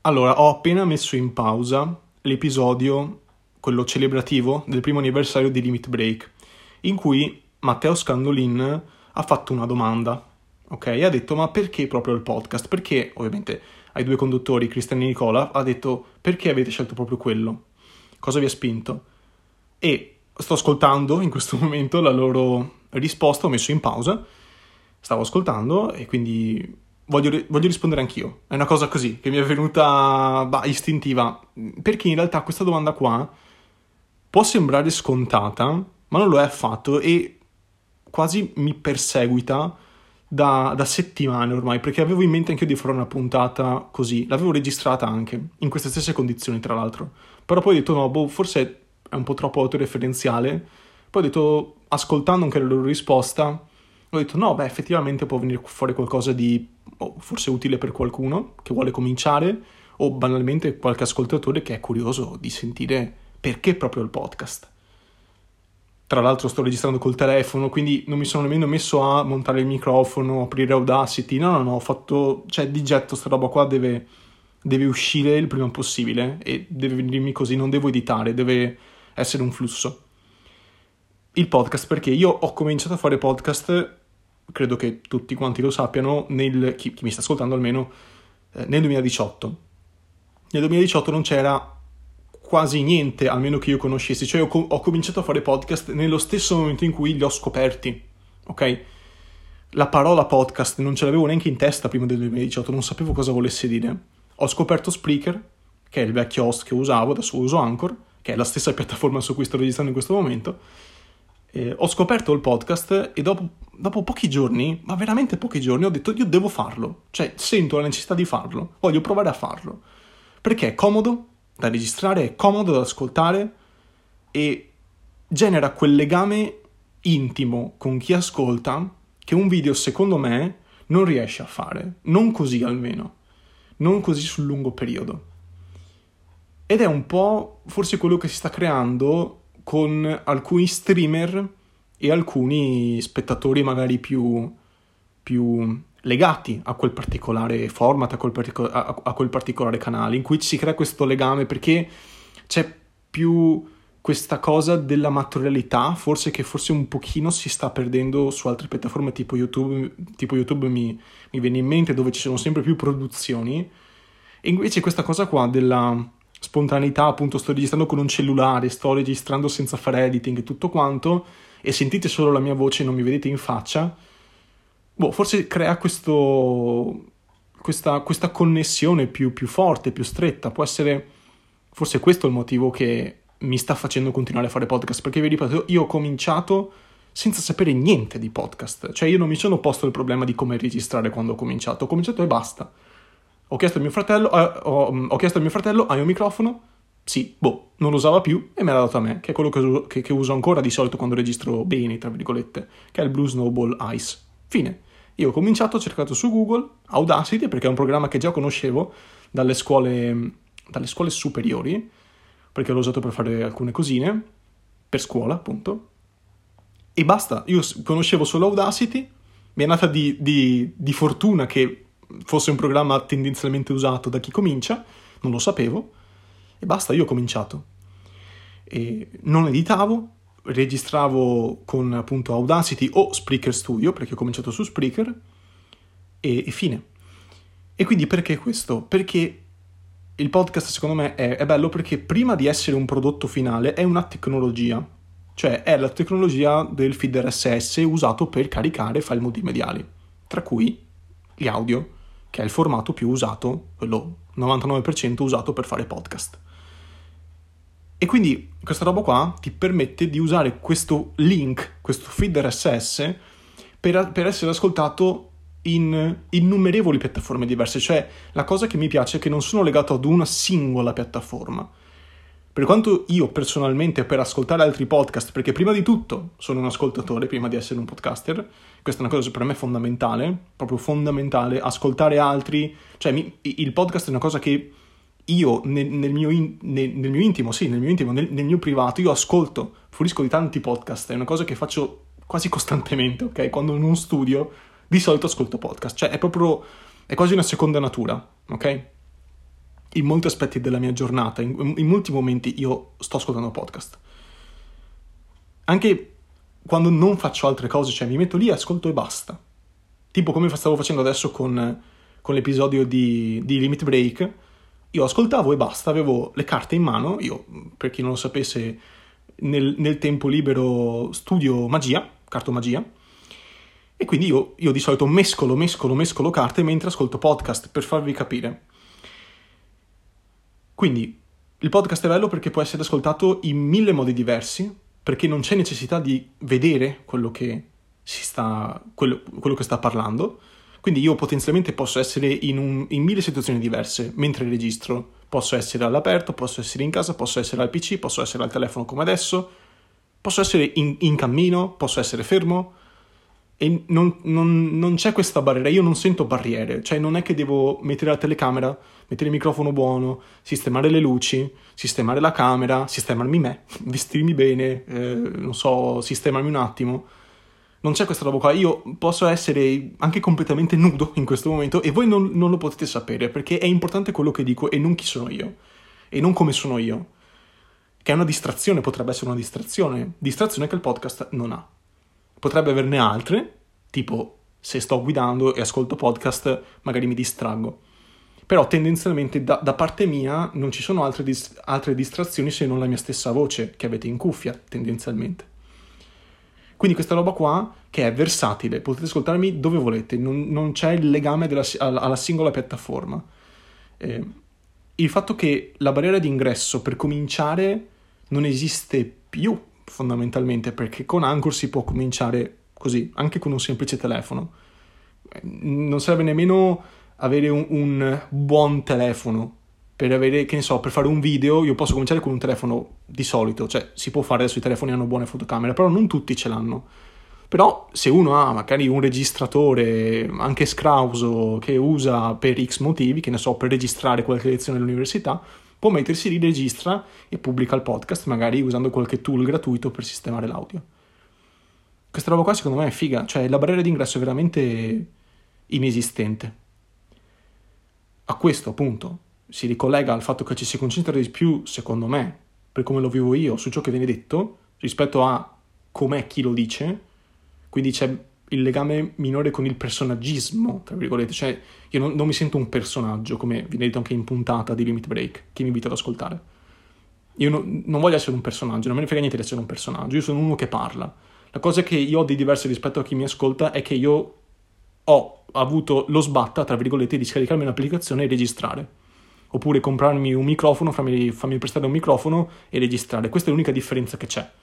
Allora, ho appena messo in pausa l'episodio, quello celebrativo, del primo anniversario di Limit Break, in cui Matteo Scandolin ha fatto una domanda, ok? E ha detto, ma perché proprio il podcast? Perché, ovviamente, ai due conduttori, Cristian e Nicola, ha detto, perché avete scelto proprio quello? Cosa vi ha spinto? E sto ascoltando in questo momento la loro risposta, ho messo in pausa, stavo ascoltando e quindi voglio rispondere anch'io. È una cosa così, che mi è venuta istintiva, perché in realtà questa domanda qua può sembrare scontata, ma non lo è affatto e quasi mi perseguita da settimane ormai, perché avevo in mente anche io di fare una puntata così, l'avevo registrata anche, in queste stesse condizioni tra l'altro, però poi ho detto no, forse è un po' troppo autoreferenziale, poi ho detto, ascoltando anche la loro risposta, ho detto no, effettivamente può venire fuori qualcosa di forse utile per qualcuno che vuole cominciare, o banalmente qualche ascoltatore che è curioso di sentire perché proprio il podcast. Tra l'altro sto registrando col telefono, quindi non mi sono nemmeno messo a montare il microfono, aprire Audacity, no, ho fatto, di getto sta roba qua deve uscire il prima possibile e deve venirmi così, non devo editare, deve essere un flusso. Il podcast, perché io ho cominciato a fare podcast, credo che tutti quanti lo sappiano, chi mi sta ascoltando almeno, nel 2018. Nel 2018 non c'era quasi niente, almeno che io conoscessi, cioè ho cominciato a fare podcast nello stesso momento in cui li ho scoperti, ok? La parola podcast non ce l'avevo neanche in testa prima del 2018, non sapevo cosa volesse dire. Ho scoperto Spreaker, che è il vecchio host che usavo, adesso uso Anchor, che è la stessa piattaforma su cui sto registrando in questo momento. Ho scoperto il podcast e dopo pochi giorni, ma veramente pochi giorni, ho detto io devo farlo, cioè sento la necessità di farlo, voglio provare a farlo, perché è comodo da registrare, è comodo da ascoltare e genera quel legame intimo con chi ascolta che un video, secondo me, non riesce a fare, non così almeno, non così sul lungo periodo. Ed è un po' forse quello che si sta creando con alcuni streamer e alcuni spettatori magari più legati a quel particolare format, a quel particolare canale, in cui si crea questo legame perché c'è più questa cosa dell'amatorialità, forse un pochino si sta perdendo su altre piattaforme tipo YouTube mi viene in mente, dove ci sono sempre più produzioni, e invece questa cosa qua della spontaneità, appunto sto registrando con un cellulare, sto registrando senza fare editing e tutto quanto, e sentite solo la mia voce e non mi vedete in faccia, forse crea questa connessione più forte, più stretta. Può essere forse questo il motivo che mi sta facendo continuare a fare podcast, perché vi ripeto, io ho cominciato senza sapere niente di podcast, cioè io non mi sono posto il problema di come registrare quando ho cominciato e basta. Ho chiesto al mio fratello, hai un microfono? Sì, non lo usava più e me l'ha dato a me, che è quello che uso ancora di solito quando registro bene, tra virgolette, che è il Blue Snowball Ice. Fine. Io ho cominciato, ho cercato su Google Audacity, perché è un programma che già conoscevo dalle scuole superiori, perché l'ho usato per fare alcune cosine, per scuola appunto, e basta. Io conoscevo solo Audacity, mi è nata di fortuna che fosse un programma tendenzialmente usato da chi comincia, non lo sapevo, e basta, io ho cominciato. E non editavo, registravo con appunto Audacity o Spreaker Studio, perché ho cominciato su Spreaker, e fine. E quindi perché questo? Perché il podcast secondo me è bello perché prima di essere un prodotto finale è una tecnologia, cioè è la tecnologia del feed RSS usato per caricare file multimediali, tra cui gli audio, che è il formato più usato, quello 99% usato per fare podcast. E quindi questa roba qua ti permette di usare questo link, questo feed RSS, per essere ascoltato in innumerevoli piattaforme diverse. Cioè, la cosa che mi piace è che non sono legato ad una singola piattaforma. Per quanto io personalmente, per ascoltare altri podcast, perché prima di tutto sono un ascoltatore, prima di essere un podcaster, questa è una cosa per me fondamentale, proprio fondamentale, ascoltare altri, cioè il podcast è una cosa che io nel mio intimo, nel mio privato, io ascolto, fruisco di tanti podcast, è una cosa che faccio quasi costantemente, ok? Quando in uno studio, di solito ascolto podcast, cioè è quasi una seconda natura, ok? in molti aspetti della mia giornata, in molti momenti io sto ascoltando podcast. Anche quando non faccio altre cose, cioè mi metto lì, ascolto e basta. Tipo come stavo facendo adesso con l'episodio di Limit Break, io ascoltavo e basta, avevo le carte in mano, io, per chi non lo sapesse, nel tempo libero studio magia, cartomagia, e quindi io di solito mescolo carte mentre ascolto podcast, per farvi capire. Quindi il podcast è bello perché può essere ascoltato in 1000 modi diversi, perché non c'è necessità di vedere quello che sta parlando. Quindi io potenzialmente posso essere in 1000 situazioni diverse mentre registro. Posso essere all'aperto, posso essere in casa, posso essere al PC, posso essere al telefono come adesso, posso essere in cammino, posso essere fermo. E non c'è questa barriera, io non sento barriere, cioè non è che devo mettere la telecamera, mettere il microfono buono, sistemare le luci, sistemare la camera, sistemarmi me, vestirmi bene, non so, sistemarmi un attimo. Non c'è questa roba qua, io posso essere anche completamente nudo in questo momento e voi non lo potete sapere, perché è importante quello che dico e non chi sono io, e non come sono io, che è una distrazione, potrebbe essere una distrazione che il podcast non ha. Potrebbe averne altre, tipo se sto guidando e ascolto podcast magari mi distraggo. Però tendenzialmente da parte mia non ci sono altre distrazioni se non la mia stessa voce che avete in cuffia, tendenzialmente. Quindi questa roba qua che è versatile, potete ascoltarmi dove volete, non c'è il legame alla singola piattaforma. Il fatto che la barriera di ingresso per cominciare non esiste più, fondamentalmente, perché con Anchor si può cominciare così, anche con un semplice telefono. Non serve nemmeno avere un buon telefono per avere, che ne so, per fare un video. Io posso cominciare con un telefono di solito, cioè si può fare, adesso i telefoni hanno buone fotocamere, però non tutti ce l'hanno. Però se uno ha magari un registratore anche scrauso che usa per X motivi, che ne so, per registrare qualche lezione all'università, può mettersi lì, registra e pubblica il podcast, magari usando qualche tool gratuito per sistemare l'audio. Questa roba qua secondo me è figa, cioè la barriera d'ingresso è veramente inesistente. A questo appunto si ricollega al fatto che ci si concentra di più, secondo me, per come lo vivo io, su ciò che viene detto, rispetto a com'è chi lo dice, quindi c'è il legame minore con il personaggismo, tra virgolette, cioè io non mi sento un personaggio, come viene detto anche in puntata di Limit Break, che mi invito ad ascoltare. Io non voglio essere un personaggio, non me ne frega niente di essere un personaggio, io sono uno che parla. La cosa che io ho di diverso rispetto a chi mi ascolta è che io ho avuto lo sbatta, tra virgolette, di scaricarmi un'applicazione e registrare. Oppure comprarmi un microfono, farmi prestare un microfono e registrare. Questa è l'unica differenza che c'è.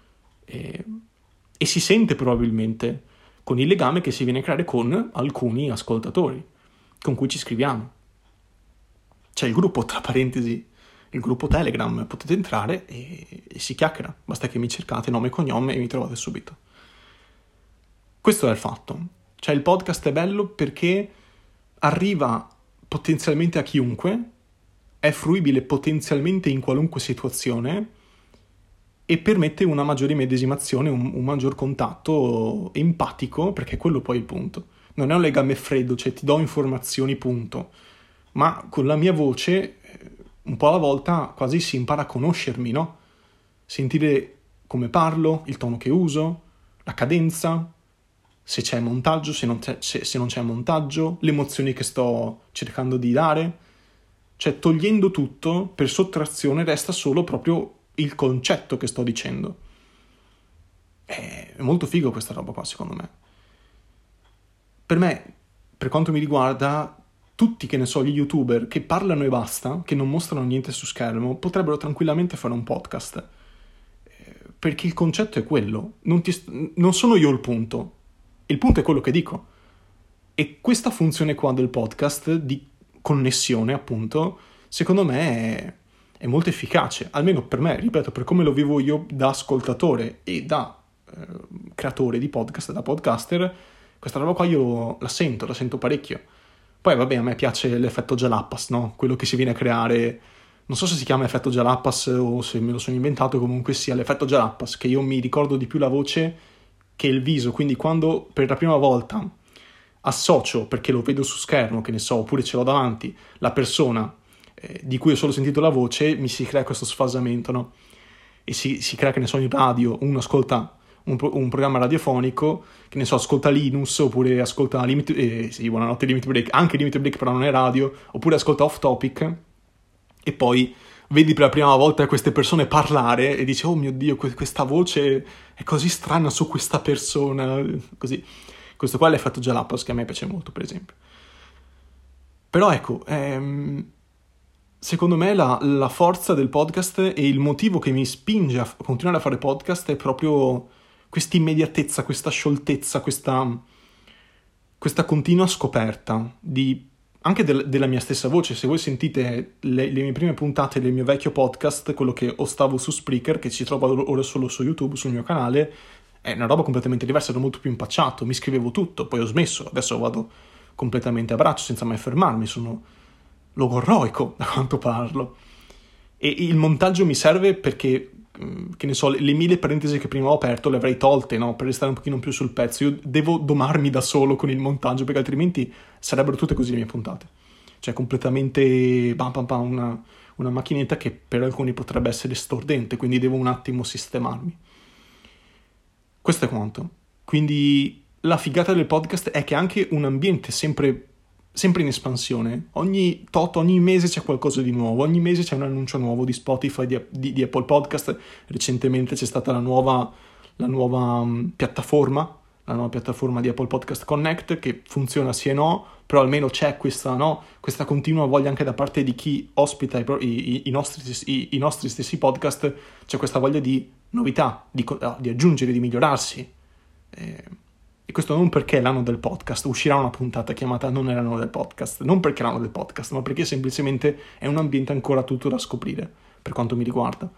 E si sente probabilmente con il legame che si viene a creare con alcuni ascoltatori con cui ci scriviamo. C'è il gruppo, tra parentesi, il gruppo Telegram, potete entrare e si chiacchiera, basta che mi cercate nome e cognome e mi trovate subito. Questo è il fatto, cioè il podcast è bello perché arriva potenzialmente a chiunque, è fruibile potenzialmente in qualunque situazione e permette una maggiore medesimazione, un maggior contatto empatico, perché quello poi è il punto. Non è un legame freddo, cioè ti do informazioni, punto. Ma con la mia voce, un po' alla volta, quasi si impara a conoscermi, no? Sentire come parlo, il tono che uso, la cadenza, se c'è montaggio, se non c'è montaggio, le emozioni che sto cercando di dare. Cioè, togliendo tutto, per sottrazione resta solo proprio il concetto che sto dicendo. È molto figo questa roba qua, secondo me. Per me, per quanto mi riguarda, tutti, che ne so, gli youtuber che parlano e basta, che non mostrano niente su schermo, potrebbero tranquillamente fare un podcast. Perché il concetto è quello. Non sono io il punto. Il punto è quello che dico. E questa funzione qua del podcast, di connessione, appunto, secondo me è molto efficace, almeno per me, ripeto, per come lo vivo io da ascoltatore e da creatore di podcast, da podcaster. Questa roba qua io la sento parecchio. Poi vabbè, a me piace l'effetto Jalapas, no? Quello che si viene a creare, non so se si chiama effetto Jalapas o se me lo sono inventato, comunque sia l'effetto Jalapas, che io mi ricordo di più la voce che il viso, quindi quando per la prima volta associo, perché lo vedo su schermo, che ne so, oppure ce l'ho davanti, la persona di cui ho solo sentito la voce, mi si crea questo sfasamento, no? E si crea, che ne so, in radio, uno ascolta un programma radiofonico, che ne so, ascolta Linus, oppure ascolta buonanotte Limit Break, anche Limit Break però non è radio, oppure ascolta Off Topic, e poi vedi per la prima volta queste persone parlare e dici, oh mio Dio, questa voce è così strana su questa persona, così. Questo qua è l'effetto Jalapas, che a me piace molto, per esempio. Però ecco, secondo me la forza del podcast e il motivo che mi spinge a continuare a fare podcast è proprio questa immediatezza, questa scioltezza, questa continua scoperta anche della mia stessa voce. Se voi sentite le mie prime puntate del mio vecchio podcast, quello che stavo su Spreaker, che si trova ora solo su YouTube, sul mio canale, è una roba completamente diversa, ero molto più impacciato, mi scrivevo tutto, poi ho smesso, adesso vado completamente a braccio senza mai fermarmi, sono logorroico da quanto parlo. E il montaggio mi serve perché, che ne so, le 1000 parentesi che prima ho aperto le avrei tolte, no? Per restare un pochino più sul pezzo. Io devo domarmi da solo con il montaggio, perché altrimenti sarebbero tutte così le mie puntate. Cioè completamente una macchinetta che per alcuni potrebbe essere stordente, quindi devo un attimo sistemarmi. Questo è quanto. Quindi la figata del podcast è che è anche un ambiente sempre in espansione. Ogni mese c'è qualcosa di nuovo, ogni mese c'è un annuncio nuovo di Spotify, di Apple Podcast. Recentemente c'è stata la nuova piattaforma di Apple Podcast Connect, che funziona sì e no, però almeno c'è questa continua voglia anche da parte di chi ospita i nostri stessi podcast, c'è questa voglia di novità, di aggiungere, di migliorarsi. E questo non perché è l'anno del podcast, uscirà una puntata chiamata Non è l'anno del podcast, non perché è l'anno del podcast, ma perché semplicemente è un ambiente ancora tutto da scoprire, per quanto mi riguarda.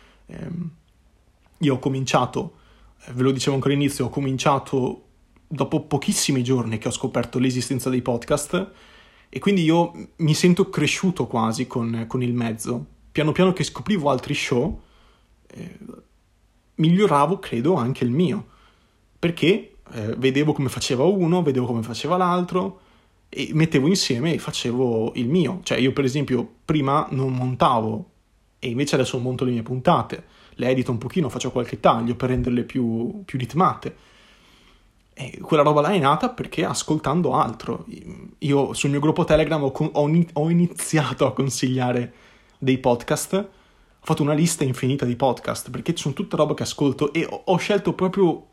Io ho cominciato, ve lo dicevo ancora all'inizio, ho cominciato dopo pochissimi giorni che ho scoperto l'esistenza dei podcast, e quindi io mi sento cresciuto quasi con il mezzo. Piano piano che scoprivo altri show, miglioravo, credo, anche il mio, perché vedevo come faceva uno, vedevo come faceva l'altro e mettevo insieme e facevo il mio. Cioè io per esempio prima non montavo e invece adesso monto le mie puntate, le edito un pochino, faccio qualche taglio per renderle più ritmate, e quella roba là è nata perché ascoltando altro. Io sul mio gruppo Telegram ho iniziato a consigliare dei podcast, ho fatto una lista infinita di podcast perché sono tutta roba che ascolto e ho scelto proprio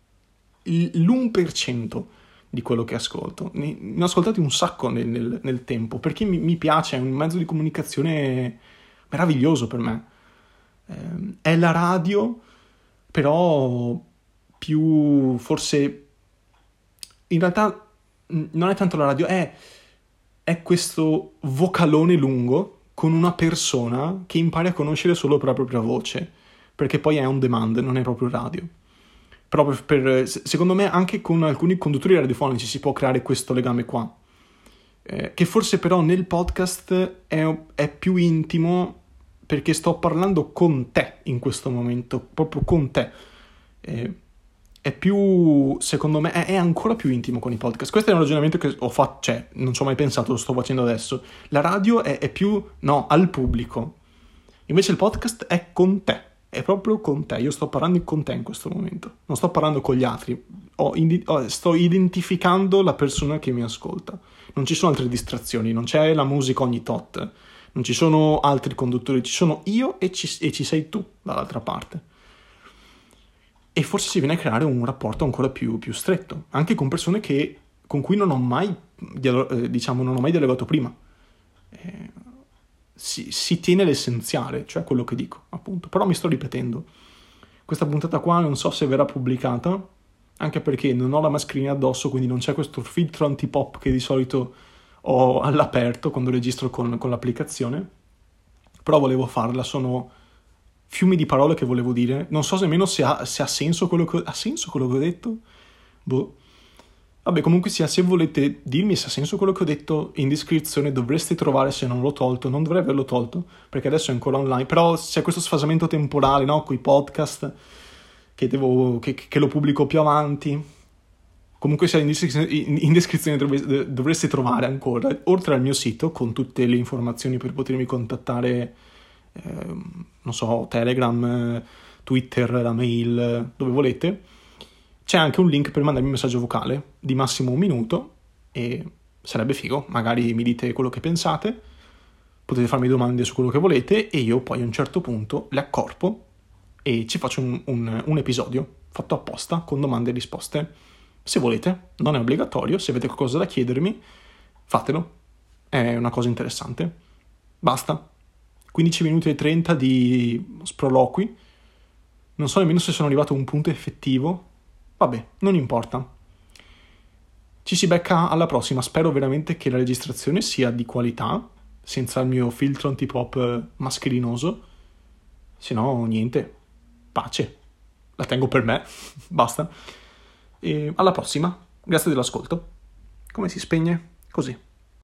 l'1% di quello che ascolto. Ne ho ascoltati un sacco nel tempo, perché mi piace, è un mezzo di comunicazione meraviglioso per me. È la radio, però più forse... In realtà non è tanto la radio, è questo vocalone lungo con una persona che impari a conoscere solo per la propria voce, perché poi è on demand, non è proprio radio. Però secondo me anche con alcuni conduttori radiofonici si può creare questo legame qua, che forse però nel podcast è più intimo, perché sto parlando con te in questo momento, proprio con te. È più, secondo me, è ancora più intimo con i podcast. Questo è un ragionamento che ho fatto, cioè non ci ho mai pensato, lo sto facendo adesso. La radio è più, al pubblico. Invece il podcast è con te. È proprio con te, io sto parlando con te in questo momento, non sto parlando con gli altri, sto identificando la persona che mi ascolta, non ci sono altre distrazioni, non c'è la musica ogni tot, non ci sono altri conduttori, ci sono io e ci sei tu dall'altra parte. E forse si viene a creare un rapporto ancora più stretto, anche con persone con cui non ho mai dialogato prima. Si tiene l'essenziale, cioè quello che dico, appunto. Però mi sto ripetendo. Questa puntata qua non so se verrà pubblicata, anche perché non ho la mascherina addosso, quindi non c'è questo filtro antipop che di solito ho all'aperto quando registro con l'applicazione. Però volevo farla, sono fiumi di parole che volevo dire. Non so nemmeno se ha senso quello che ho detto. Boh. Vabbè, comunque sia, se volete dirmi se ha senso quello che ho detto, in descrizione dovreste trovare se non l'ho tolto, non dovrei averlo tolto, perché adesso è ancora online, però c'è questo sfasamento temporale, no, con i podcast, che lo pubblico più avanti, Comunque sia, in descrizione dovreste trovare ancora, oltre al mio sito, con tutte le informazioni per potermi contattare, non so, Telegram, Twitter, la mail, dove volete, c'è anche un link per mandarmi un messaggio vocale di massimo 1 minuto e sarebbe figo, magari mi dite quello che pensate, potete farmi domande su quello che volete e io poi a un certo punto le accorpo e ci faccio un episodio fatto apposta con domande e risposte. Se volete, non è obbligatorio, se avete qualcosa da chiedermi, fatelo, è una cosa interessante. Basta, 15 minuti e 30 di sproloqui, non so nemmeno se sono arrivato a un punto effettivo, vabbè, non importa. Ci si becca alla prossima, spero veramente che la registrazione sia di qualità, senza il mio filtro antipop mascherinoso, se no niente, pace, la tengo per me, basta. E alla prossima, grazie dell'ascolto. Come si spegne? Così.